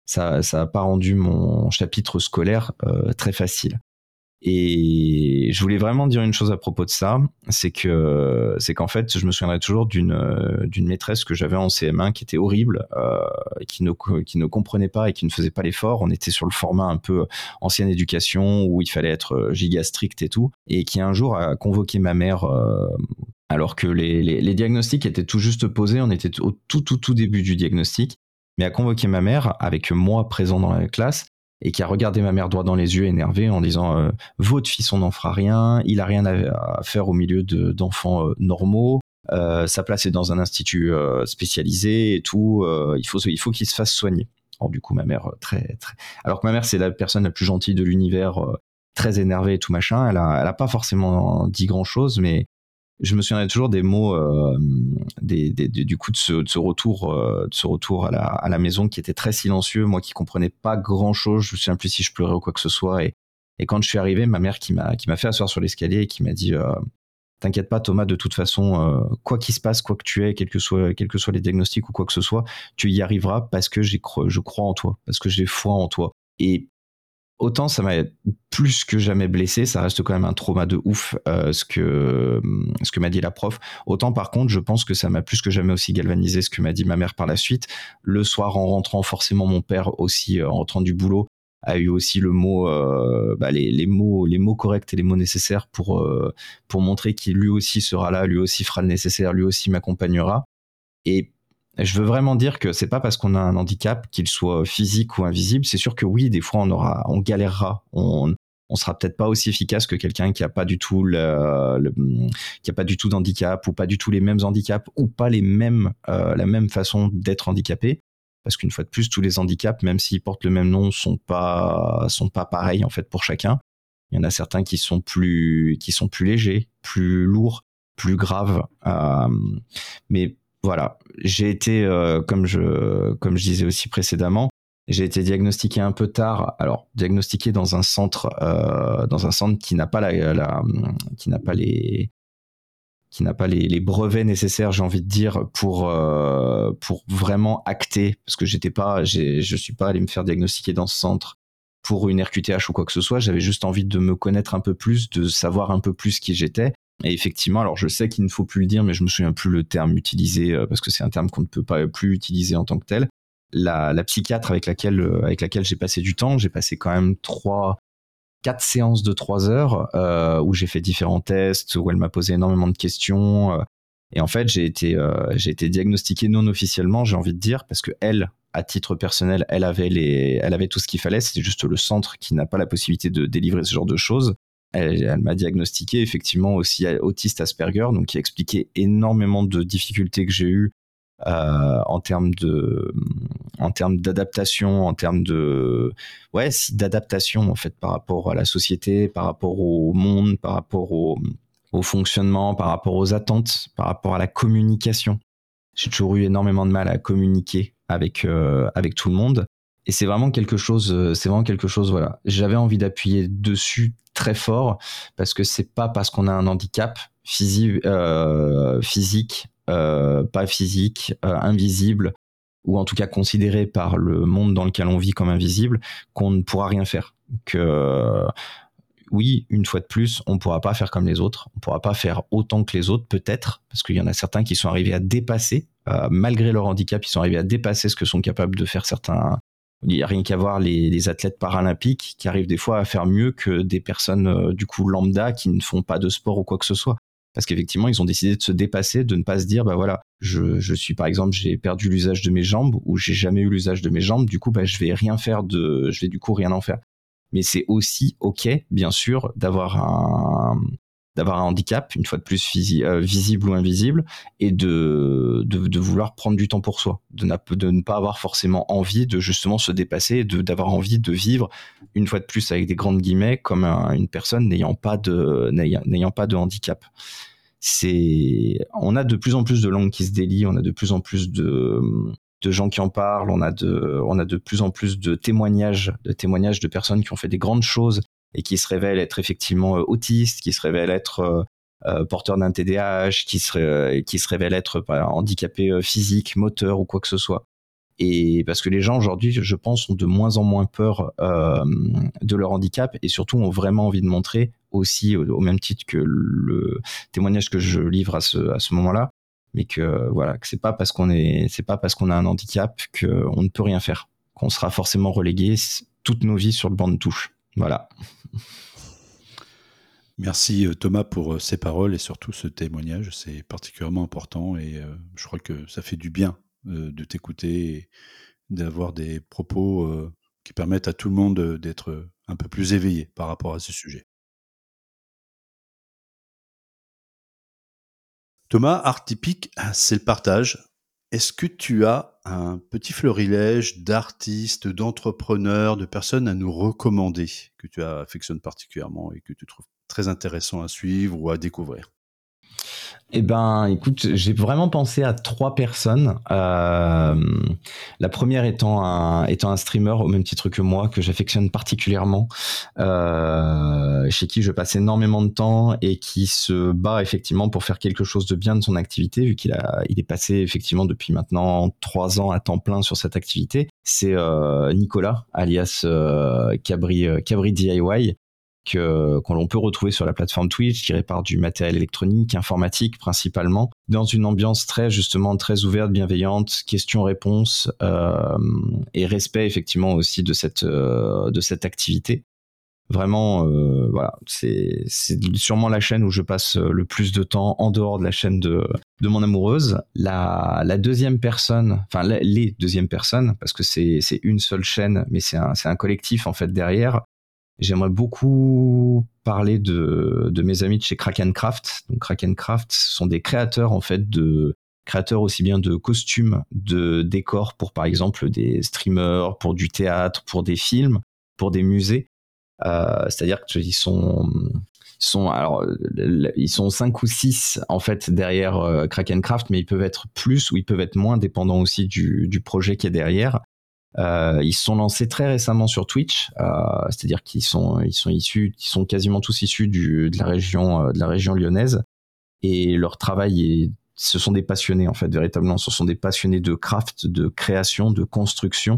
chapitre scolaire très facile. Et je voulais vraiment dire une chose à propos de ça, c'est qu'en fait, je me souviendrai toujours d'une maîtresse que j'avais en CM1 qui était horrible, qui ne comprenait pas et qui ne faisait pas l'effort. On était sur le format un peu ancienne éducation où il fallait être giga strict et tout, et qui un jour a convoqué ma mère. Alors que les diagnostics étaient tout juste posés, on était au tout début du diagnostic, mais a convoqué ma mère avec moi présent dans la classe et qui a regardé ma mère droit dans les yeux énervé en disant votre fils on n'en fera rien, il a rien à faire au milieu d'enfants normaux, sa place est dans un institut spécialisé et tout, il faut qu'il se fasse soigner. Alors du coup ma mère alors que ma mère c'est la personne la plus gentille de l'univers, très énervée et tout machin, elle a pas forcément dit grand chose, mais je me souviendrai toujours des mots du coup de ce retour à la maison qui était très silencieux, moi qui comprenais pas grand chose, je me souviens plus si je pleurais ou quoi que ce soit, et quand je suis arrivé, ma mère qui m'a fait asseoir sur l'escalier et qui m'a dit t'inquiète pas Thomas, de toute façon quoi qu'il se passe, quoi que tu aies, quels que soient les diagnostics ou quoi que ce soit, tu y arriveras parce que je crois en toi, parce que j'ai foi en toi. Et autant ça m'a plus que jamais blessé, ça reste quand même un trauma de ouf, ce que m'a dit la prof. Autant par contre, je pense que ça m'a plus que jamais aussi galvanisé ce que m'a dit ma mère par la suite. Le soir en rentrant, forcément mon père aussi, en rentrant du boulot, a eu aussi le mot, les mots corrects et les mots nécessaires pour montrer qu'il lui aussi sera là, lui aussi fera le nécessaire, lui aussi m'accompagnera. Et je veux vraiment dire que c'est pas parce qu'on a un handicap, qu'il soit physique ou invisible. C'est sûr que oui, des fois on galérera, on on sera peut-être pas aussi efficace que quelqu'un qui a pas du tout qui a pas du tout d'handicap ou pas du tout les mêmes handicaps ou pas les mêmes la même façon d'être handicapé. Parce qu'une fois de plus, tous les handicaps, même s'ils portent le même nom, sont pas pareils en fait pour chacun. Il y en a certains qui sont plus légers, plus lourds, plus graves. Mais voilà, j'ai été, comme je disais aussi précédemment, j'ai été diagnostiqué un peu tard. Alors, diagnostiqué dans un centre qui n'a pas les brevets nécessaires, j'ai envie de dire, pour vraiment acter, parce que je suis pas allé me faire diagnostiquer dans ce centre pour une RQTH ou quoi que ce soit. J'avais juste envie de me connaître un peu plus, de savoir un peu plus qui j'étais. Et effectivement, alors je sais qu'il ne faut plus le dire, mais je me souviens plus le terme utilisé parce que c'est un terme qu'on ne peut pas plus utiliser en tant que tel. La psychiatre avec laquelle j'ai passé du temps, j'ai passé quand même 4 séances de 3 heures où j'ai fait différents tests, où elle m'a posé énormément de questions. Et en fait, j'ai été diagnostiqué non officiellement, j'ai envie de dire, parce que elle, à titre personnel, elle avait tout ce qu'il fallait. C'était juste le centre qui n'a pas la possibilité de délivrer ce genre de choses. Elle m'a diagnostiqué effectivement aussi autiste Asperger, donc qui a expliqué énormément de difficultés que j'ai eues en termes d'adaptation, d'adaptation en fait par rapport à la société, par rapport au monde, par rapport au fonctionnement, par rapport aux attentes, par rapport à la communication. J'ai toujours eu énormément de mal à communiquer avec tout le monde. Et c'est vraiment quelque chose, voilà. J'avais envie d'appuyer dessus très fort parce que c'est pas parce qu'on a un handicap physique, pas physique, invisible, ou en tout cas considéré par le monde dans lequel on vit comme invisible, qu'on ne pourra rien faire. Oui, une fois de plus, on ne pourra pas faire comme les autres, on ne pourra pas faire autant que les autres, peut-être, parce qu'il y en a certains qui sont arrivés à dépasser, malgré leur handicap, ils sont arrivés à dépasser ce que sont capables de faire certains. Il n'y a rien qu'à voir les athlètes paralympiques qui arrivent des fois à faire mieux que des personnes du coup lambda qui ne font pas de sport ou quoi que ce soit. Parce qu'effectivement, ils ont décidé de se dépasser, de ne pas se dire, bah voilà, je suis par exemple, j'ai perdu l'usage de mes jambes ou j'ai jamais eu l'usage de mes jambes, du coup, bah, je vais du coup rien en faire. Mais c'est aussi ok, bien sûr, d'avoir un handicap, une fois de plus visible ou invisible, et de vouloir prendre du temps pour soi, de ne pas avoir forcément envie de justement se dépasser, d'avoir envie de vivre, une fois de plus avec des grandes guillemets, comme une personne n'ayant pas de handicap. On a de plus en plus de langues qui se délient, on a de plus en plus de gens qui en parlent, on a de plus en plus de témoignages de personnes qui ont fait des grandes choses et qui se révèlent être effectivement autistes, qui se révèlent être porteurs d'un TDAH, qui se révèlent être handicapés physiques, moteurs ou quoi que ce soit. Et parce que les gens aujourd'hui, je pense, ont de moins en moins peur de leur handicap et surtout ont vraiment envie de montrer aussi, au même titre que le témoignage que je livre à ce moment-là, mais que voilà, que c'est pas parce qu'on a un handicap qu'on ne peut rien faire, qu'on sera forcément relégué toutes nos vies sur le banc de touche. Voilà. Merci Thomas pour ces paroles et surtout ce témoignage, c'est particulièrement important et je crois que ça fait du bien de t'écouter et d'avoir des propos qui permettent à tout le monde d'être un peu plus éveillé par rapport à ce sujet. Thomas, art typique, c'est le partage. Est-ce que tu as un petit florilège d'artistes, d'entrepreneurs, de personnes à nous recommander que tu affectionnes particulièrement et que tu trouves très intéressant à suivre ou à découvrir? Eh ben, écoute, j'ai vraiment pensé à 3 personnes. La première étant un streamer au même titre que moi, que j'affectionne particulièrement, chez qui je passe énormément de temps et qui se bat effectivement pour faire quelque chose de bien de son activité, vu qu'il est passé effectivement depuis maintenant 3 ans à temps plein sur cette activité. C'est Nicolas, alias Cabri DIY. Qu'on peut retrouver sur la plateforme Twitch, qui répare du matériel électronique, informatique principalement, dans une ambiance très ouverte, bienveillante, questions-réponses et respect effectivement aussi de cette activité. Vraiment, voilà, c'est sûrement la chaîne où je passe le plus de temps en dehors de la chaîne de mon amoureuse. La deuxième personne, enfin les deuxièmes personnes, parce que c'est une seule chaîne, mais c'est un collectif en fait derrière. J'aimerais beaucoup parler de mes amis de chez Krakencraft. Donc Krakencraft, ce sont des créateurs en fait créateurs aussi bien de costumes, de décors pour par exemple des streamers, pour du théâtre, pour des films, pour des musées. C'est-à-dire qu'ils ils sont 5 ou 6 en fait derrière Krakencraft, mais ils peuvent être plus ou ils peuvent être moins dépendants aussi du projet qui est derrière. Ils se sont lancés très récemment sur Twitch, c'est-à-dire qu'ils sont quasiment tous issus de la région lyonnaise, et leur travail ce sont des passionnés en fait, véritablement, ce sont des passionnés de craft, de création, de construction.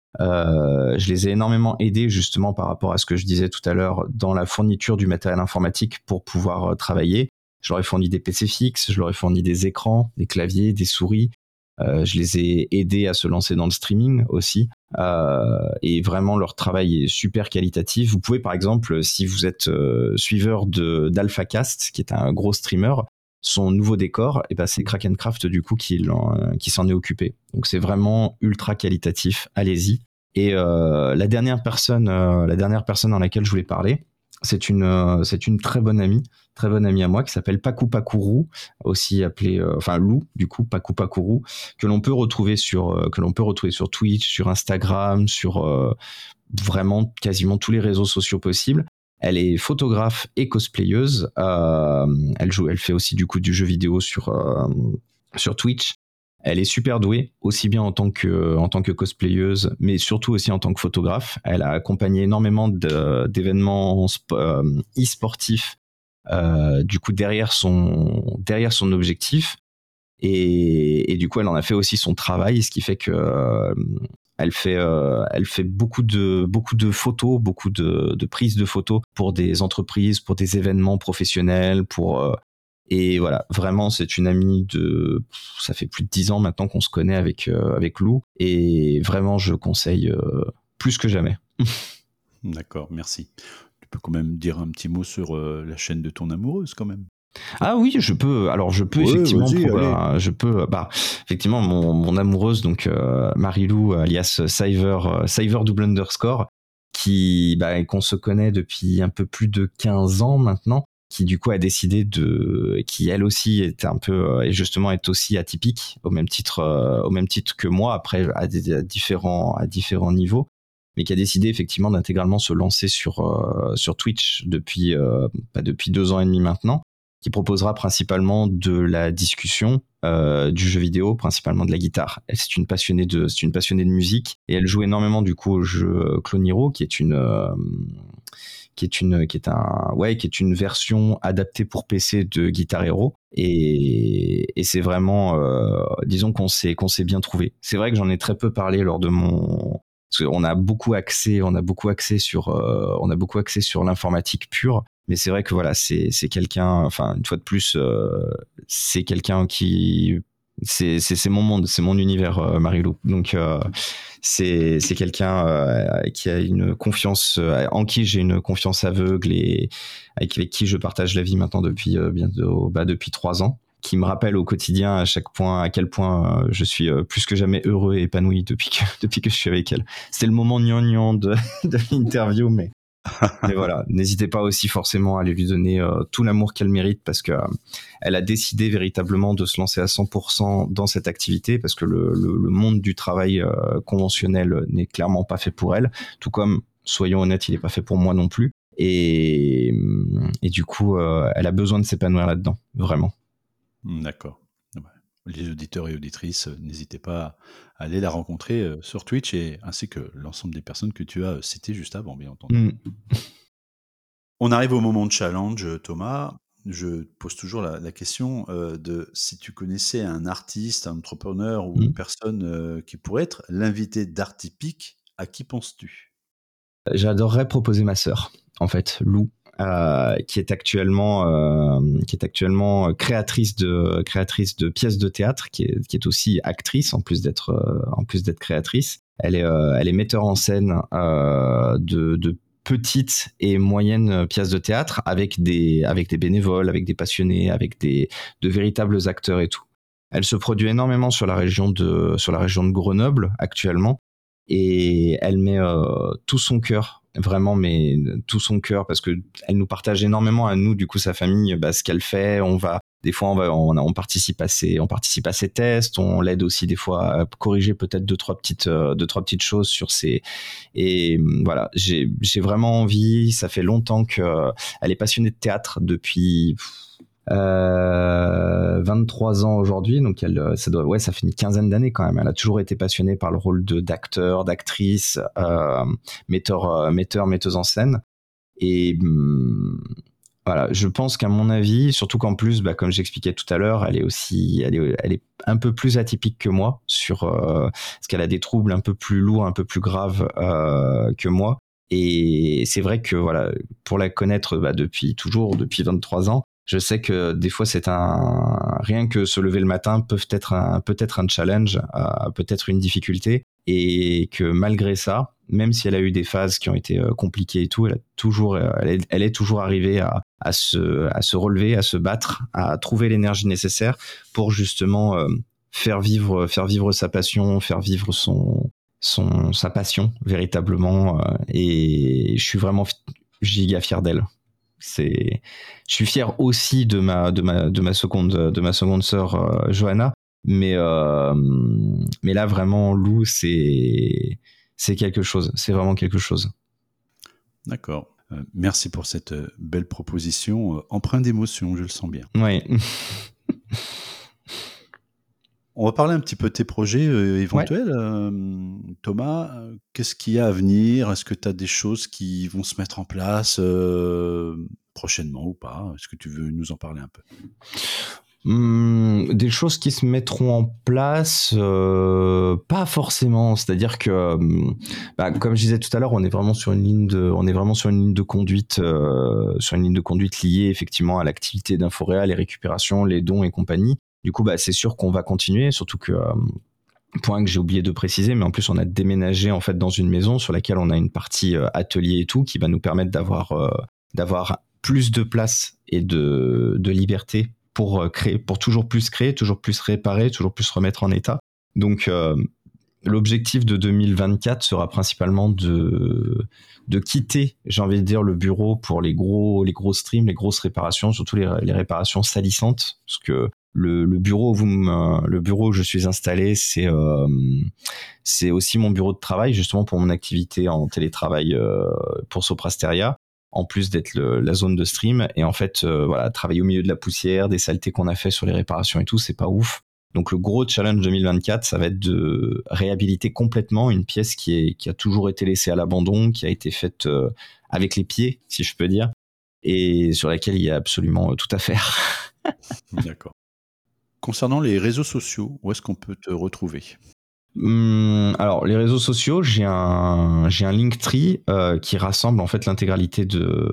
Je les ai énormément aidés justement par rapport à ce que je disais tout à l'heure dans la fourniture du matériel informatique pour pouvoir travailler. Je leur ai fourni des PC fixes, je leur ai fourni des écrans, des claviers, des souris. Je les ai aidés à se lancer dans le streaming aussi. Et vraiment leur travail est super qualitatif. Vous pouvez par exemple, si vous êtes suiveur d'AlphaCast, qui est un gros streamer, son nouveau décor, et ben c'est Krakencraft du coup qui s'en est occupé. Donc c'est vraiment ultra qualitatif. Allez-y. Et la dernière personne dans laquelle je voulais parler, c'est une très bonne amie à moi qui s'appelle Paku Pakuru, aussi appelée Lou du coup, Paku Pakuru, que l'on peut retrouver sur Twitch, sur Instagram, sur vraiment quasiment tous les réseaux sociaux possibles. Elle est photographe et cosplayeuse. Elle fait aussi du coup du jeu vidéo sur Twitch. Elle est super douée, aussi bien en tant que cosplayeuse, mais surtout aussi en tant que photographe. Elle a accompagné énormément d'événements e-sportifs, du coup derrière son objectif. Et du coup, elle en a fait aussi son travail, ce qui fait que elle fait beaucoup de photos, beaucoup de prises de photos pour des entreprises, pour des événements professionnels, et voilà, vraiment, c'est une amie ça fait plus de 10 ans maintenant qu'on se connaît avec Lou, et vraiment, je conseille plus que jamais. D'accord, merci. Tu peux quand même dire un petit mot sur la chaîne de ton amoureuse quand même. Ah oui, je peux. Alors je peux effectivement effectivement mon amoureuse, donc Marilou alias Cyver double underscore, qu'on se connaît depuis un peu plus de 15 ans maintenant, qui du coup a décidé qui elle aussi est un peu et justement est aussi atypique au même titre que moi, après à différents niveaux, mais qui a décidé effectivement d'intégralement se lancer sur Twitch depuis 2 ans et demi maintenant, qui proposera principalement de la discussion, du jeu vidéo, principalement de la guitare. C'est une passionnée de musique, et elle joue énormément du coup au jeu Clone Hero, qui est une version adaptée pour PC de Guitar Hero, et c'est vraiment disons qu'on s'est bien trouvé. C'est vrai que j'en ai très peu parlé lors de parce qu'on a beaucoup axé sur l'informatique pure. Mais c'est vrai que voilà, c'est quelqu'un, enfin une fois de plus, c'est quelqu'un qui, c'est mon monde, c'est mon univers, Marilou. Donc c'est quelqu'un qui a une confiance, en qui j'ai une confiance aveugle, et avec qui je partage la vie maintenant depuis depuis 3 ans, qui me rappelle au quotidien à quel point je suis plus que jamais heureux et épanoui depuis que je suis avec elle. C'était le moment gnangnan de l'interview, mais voilà, n'hésitez pas aussi forcément à aller lui donner tout l'amour qu'elle mérite, parce que elle a décidé véritablement de se lancer à 100% dans cette activité, parce que le monde du travail conventionnel n'est clairement pas fait pour elle, tout comme, soyons honnêtes, il n'est pas fait pour moi non plus, et du coup elle a besoin de s'épanouir là-dedans, vraiment. D'accord. Les auditeurs et auditrices, n'hésitez pas à aller la rencontrer sur Twitch, ainsi que l'ensemble des personnes que tu as citées juste avant, bien entendu. On arrive au moment de challenge, Thomas. Je pose toujours la question de si tu connaissais un artiste, un entrepreneur ou une personne qui pourrait être l'invité d'Artypique, à qui penses-tu ? J'adorerais proposer ma sœur, en fait, Lou. Qui est actuellement créatrice de pièces de théâtre, qui est aussi actrice en plus d'être créatrice. Elle est metteur en scène de petites et moyennes pièces de théâtre, avec des bénévoles, avec des passionnés, avec de véritables acteurs et tout. Elle se produit énormément sur la région de Grenoble actuellement. et elle met tout son cœur, vraiment, mais tout son cœur, parce que elle nous partage énormément à nous, du coup sa famille, ce qu'elle fait. Des fois on participe à ses tests, on l'aide aussi des fois à corriger peut-être deux trois petites choses sur ses. Et voilà, j'ai vraiment envie. Ça fait longtemps que elle est passionnée de théâtre depuis 23 ans aujourd'hui, donc ça fait une quinzaine d'années quand même. Elle a toujours été passionnée par le rôle d'acteur, d'actrice, metteuse en scène. Et voilà, je pense qu'à mon avis, surtout qu'en plus, comme j'expliquais tout à l'heure, elle est un peu plus atypique que moi parce qu'elle a des troubles un peu plus lourds, un peu plus graves que moi. Et c'est vrai que voilà, pour la connaître depuis 23 ans, je sais que des fois rien que se lever le matin peut être un challenge, peut-être une difficulté, et que malgré ça, même si elle a eu des phases qui ont été compliquées et tout, elle est toujours arrivée à se relever, à se battre, à trouver l'énergie nécessaire pour justement faire vivre sa passion, faire vivre sa passion véritablement, et je suis vraiment giga fier d'elle. Je suis fier aussi de ma seconde sœur Johanna, mais là vraiment Lou, c'est quelque chose, c'est vraiment quelque chose. D'accord. Merci pour cette belle proposition, empreinte d'émotion, je le sens bien. Oui. On va parler un petit peu de tes projets éventuels. Ouais. Thomas, qu'est-ce qu'il y a à venir? Est-ce que tu as des choses qui vont se mettre en place prochainement ou pas? Est-ce que tu veux nous en parler un peu? Des choses qui se mettront en place, pas forcément. C'est-à-dire que, comme je disais tout à l'heure, on est vraiment sur une ligne de conduite, liée effectivement à l'activité d'Inforéa, les récupérations, les dons et compagnie. Du coup, c'est sûr qu'on va continuer, surtout que point que j'ai oublié de préciser, mais en plus on a déménagé en fait dans une maison sur laquelle on a une partie atelier et tout, qui va nous permettre d'avoir plus de place et de liberté pour créer, pour toujours plus créer, toujours plus réparer, toujours plus remettre en état. Donc l'objectif de 2024 sera principalement de quitter, j'ai envie de dire, le bureau pour les gros streams, les grosses réparations, surtout les réparations salissantes, parce que le bureau où je suis installé, c'est aussi mon bureau de travail, justement pour mon activité en télétravail pour Soprasteria, en plus d'être la zone de stream. Et en fait, travailler au milieu de la poussière, des saletés qu'on a fait sur les réparations et tout, c'est pas ouf. Donc le gros challenge 2024, ça va être de réhabiliter complètement une pièce qui a toujours été laissée à l'abandon, qui a été faite avec les pieds, si je peux dire, et sur laquelle il y a absolument tout à faire. D'accord. Concernant les réseaux sociaux, où est-ce qu'on peut te retrouver ? Alors les réseaux sociaux, j'ai un Linktree qui rassemble en fait l'intégralité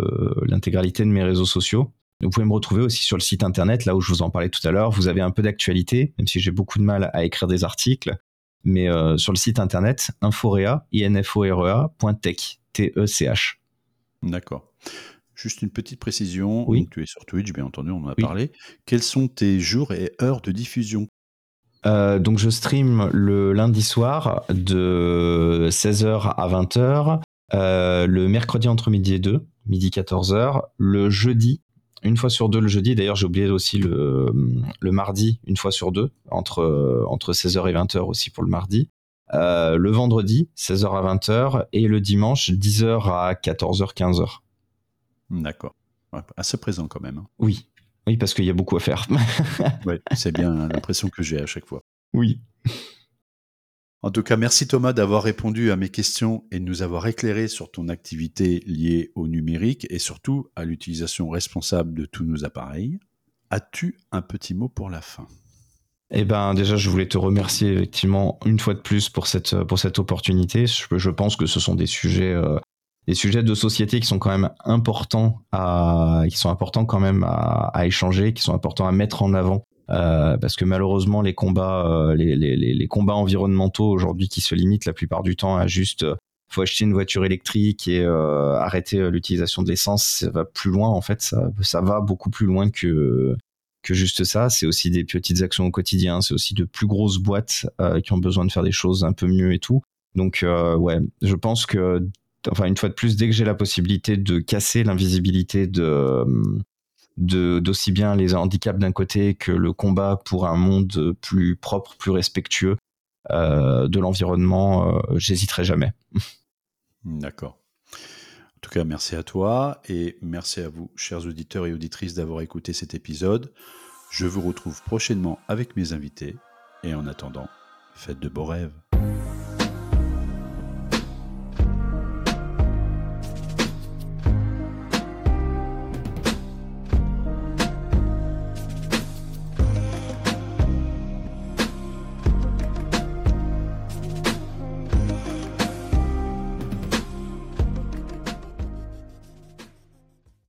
de mes réseaux sociaux. Vous pouvez me retrouver aussi sur le site internet, là où je vous en parlais tout à l'heure. Vous avez un peu d'actualité, même si j'ai beaucoup de mal à écrire des articles, mais sur le site internet Inforéa, inforea.tech, T-E-C-H. D'accord. Juste une petite précision, oui. Donc, tu es sur Twitch, bien entendu, on en a parlé. Quels sont tes jours et heures de diffusion ? Donc je stream le lundi soir de 16h à 20h, le mercredi entre midi et 2, midi 14h, le jeudi, une fois sur deux le jeudi, d'ailleurs j'ai oublié aussi le mardi, une fois sur deux, entre 16h et 20h aussi pour le mardi, le vendredi, 16h à 20h, et le dimanche, 10h à 14h, 15h. D'accord. Ouais, assez présent quand même. Hein. Oui, parce qu'il y a beaucoup à faire. Ouais, c'est bien l'impression que j'ai à chaque fois. Oui. En tout cas, merci Thomas d'avoir répondu à mes questions et de nous avoir éclairé sur ton activité liée au numérique et surtout à l'utilisation responsable de tous nos appareils. As-tu un petit mot pour la fin ? Eh ben, déjà, je voulais te remercier effectivement une fois de plus pour cette opportunité. Je pense que ce sont des sujets de société qui sont quand même importants à échanger, qui sont importants à mettre en avant. Parce que malheureusement les combats environnementaux aujourd'hui qui se limitent la plupart du temps à juste faut acheter une voiture électrique et arrêter l'utilisation de l'essence, ça va plus loin en fait, ça va beaucoup plus loin que juste ça. C'est aussi des petites actions au quotidien, c'est aussi de plus grosses boîtes qui ont besoin de faire des choses un peu mieux et tout. Donc ouais, je pense que, enfin une fois de plus, dès que j'ai la possibilité de casser l'invisibilité d'aussi bien les handicaps d'un côté que le combat pour un monde plus propre, plus respectueux de l'environnement, j'hésiterai jamais. D'accord. En tout cas, merci à toi et merci à vous, chers auditeurs et auditrices, d'avoir écouté cet épisode. Je vous retrouve prochainement avec mes invités et en attendant, faites de beaux rêves.